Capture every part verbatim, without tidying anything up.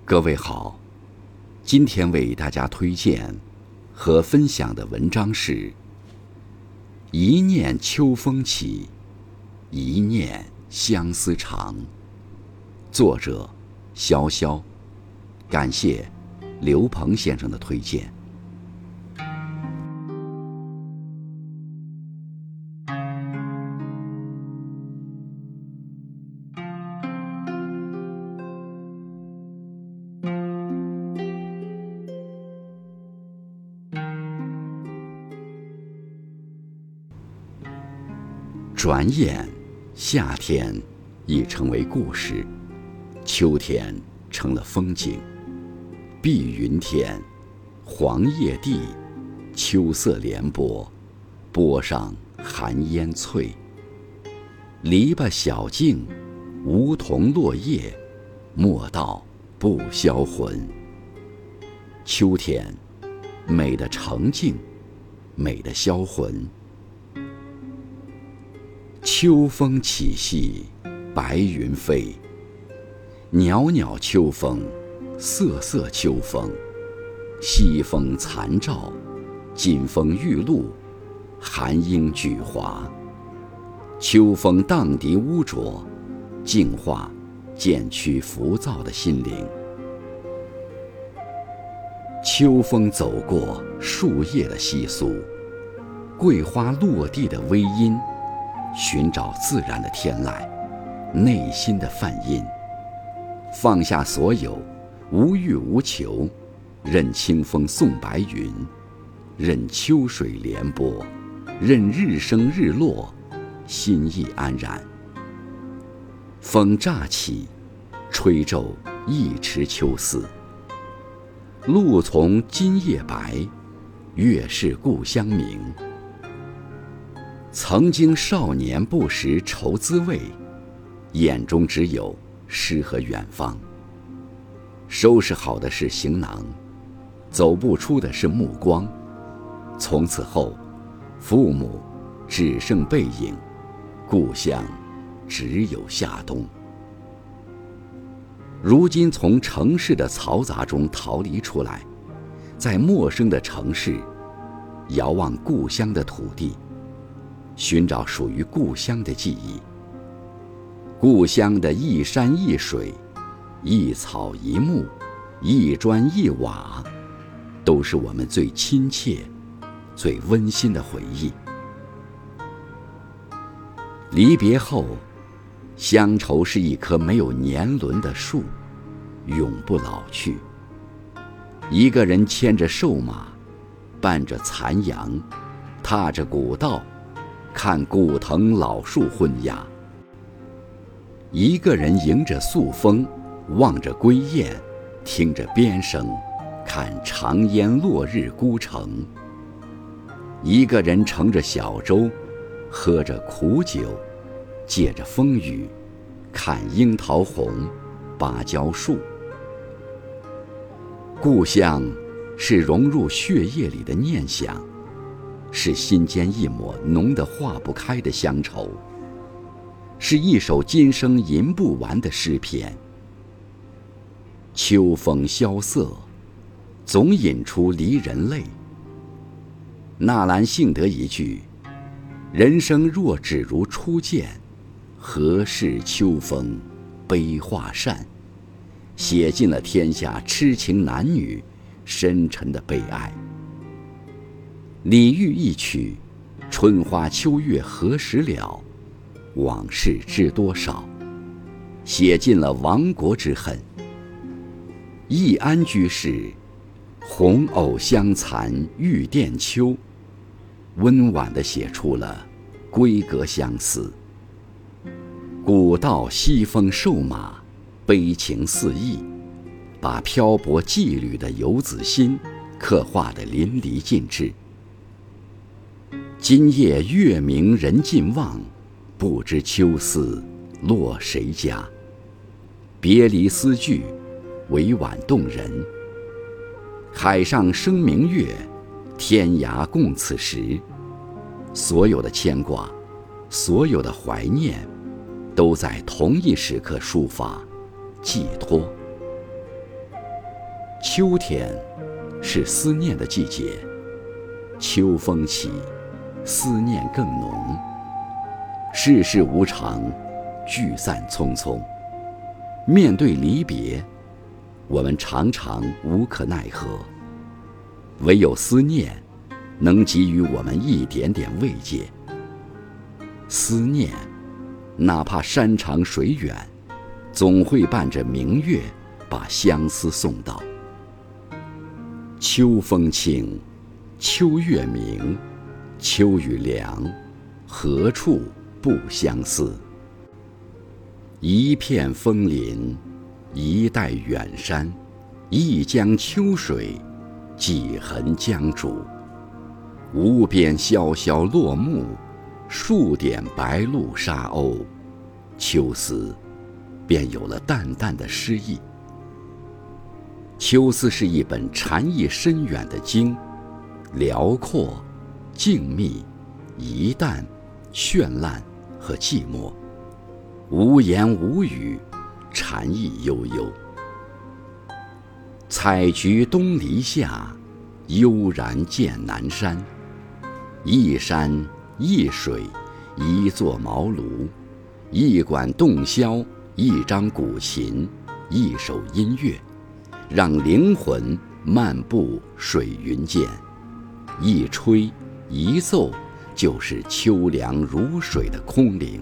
各位好，今天为大家推荐和分享的文章是一念秋风起，一念相思长，作者潇潇，感谢刘鹏先生的推荐。转眼，夏天已成为故事，秋天成了风景。碧云天，黄叶地，秋色连波，波上寒烟翠。篱笆小径，梧桐落叶，莫道不销魂。秋天，美的澄净，美的销魂。秋风起兮，白云飞。袅袅秋风，瑟瑟秋风。西风残照，金风玉露，寒英举华。秋风荡涤污浊，净化渐趋浮躁的心灵。秋风走过树叶的窸窣，桂花落地的微音，寻找自然的天籁，内心的梵音。放下所有，无欲无求，任清风送白云，任秋水连波，任日升日落，心意安然。风乍起，吹皱一池秋思。露从今夜白，月是故乡明。曾经少年不识愁滋味，眼中只有诗和远方。收拾好的是行囊，走不出的是目光。从此后，父母只剩背影，故乡只有夏冬。如今从城市的嘈杂中逃离出来，在陌生的城市，遥望故乡的土地，寻找属于故乡的记忆。故乡的一山一水，一草一木，一砖一瓦，都是我们最亲切、最温馨的回忆。离别后，乡愁是一棵没有年轮的树，永不老去。一个人牵着瘦马，伴着残阳，踏着古道，看古藤老树昏鸦。一个人迎着素风，望着归雁，听着鞭声，看长烟落日孤城。一个人乘着小舟，喝着苦酒，借着风雨，看樱桃红，芭蕉树。故乡是融入血液里的念想，是心间一抹浓得化不开的乡愁，是一首今生吟不完的诗篇。秋风萧瑟，总引出离人泪。纳兰性德一句：人生若只如初见，何事秋风悲画扇，写尽了天下痴情男女深沉的悲哀。李煜一曲：春花秋月何时了，往事知多少，写尽了亡国之恨。易安居士：红藕香残玉簟秋，温婉地写出了闺阁相思。古道西风瘦马，悲情四溢，把漂泊羁旅的游子心刻画得淋漓尽致。今夜月明人尽望，不知秋思落谁家。别离思绪，委婉动人。海上生明月，天涯共此时。所有的牵挂，所有的怀念，都在同一时刻抒发、寄托。 秋天是思念的季节，秋风起，思念更浓。世事无常，聚散匆匆。面对离别，我们常常无可奈何，唯有思念能给予我们一点点慰藉。思念，哪怕山长水远，总会伴着明月把相思送到。秋风清，秋月明，秋雨凉，何处不相思？一片枫林，一带远山，一江秋水，几痕江渚。无边萧萧落木，数点白鹭沙鸥。秋思便有了淡淡的诗意。秋思是一本禅意深远的经，辽阔、静谧、怡淡、绚烂和寂寞，无言无语，禅意悠悠。采菊东篱下，悠然见南山。一山一水，一座茅庐，一管洞箫，一张古琴，一首音乐，让灵魂漫步水云间。一吹一奏，就是秋凉如水的空灵。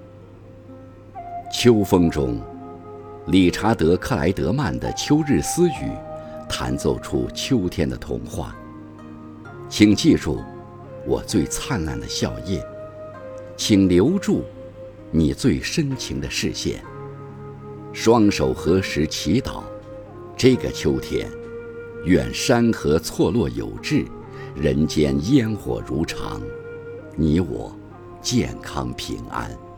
秋风中，理查德·克莱德曼的《秋日私语》弹奏出秋天的童话。请记住我最灿烂的笑靥，请留住你最深情的视线。双手合十祈祷，这个秋天，愿山河错落有致，人间烟火如常，你我健康平安。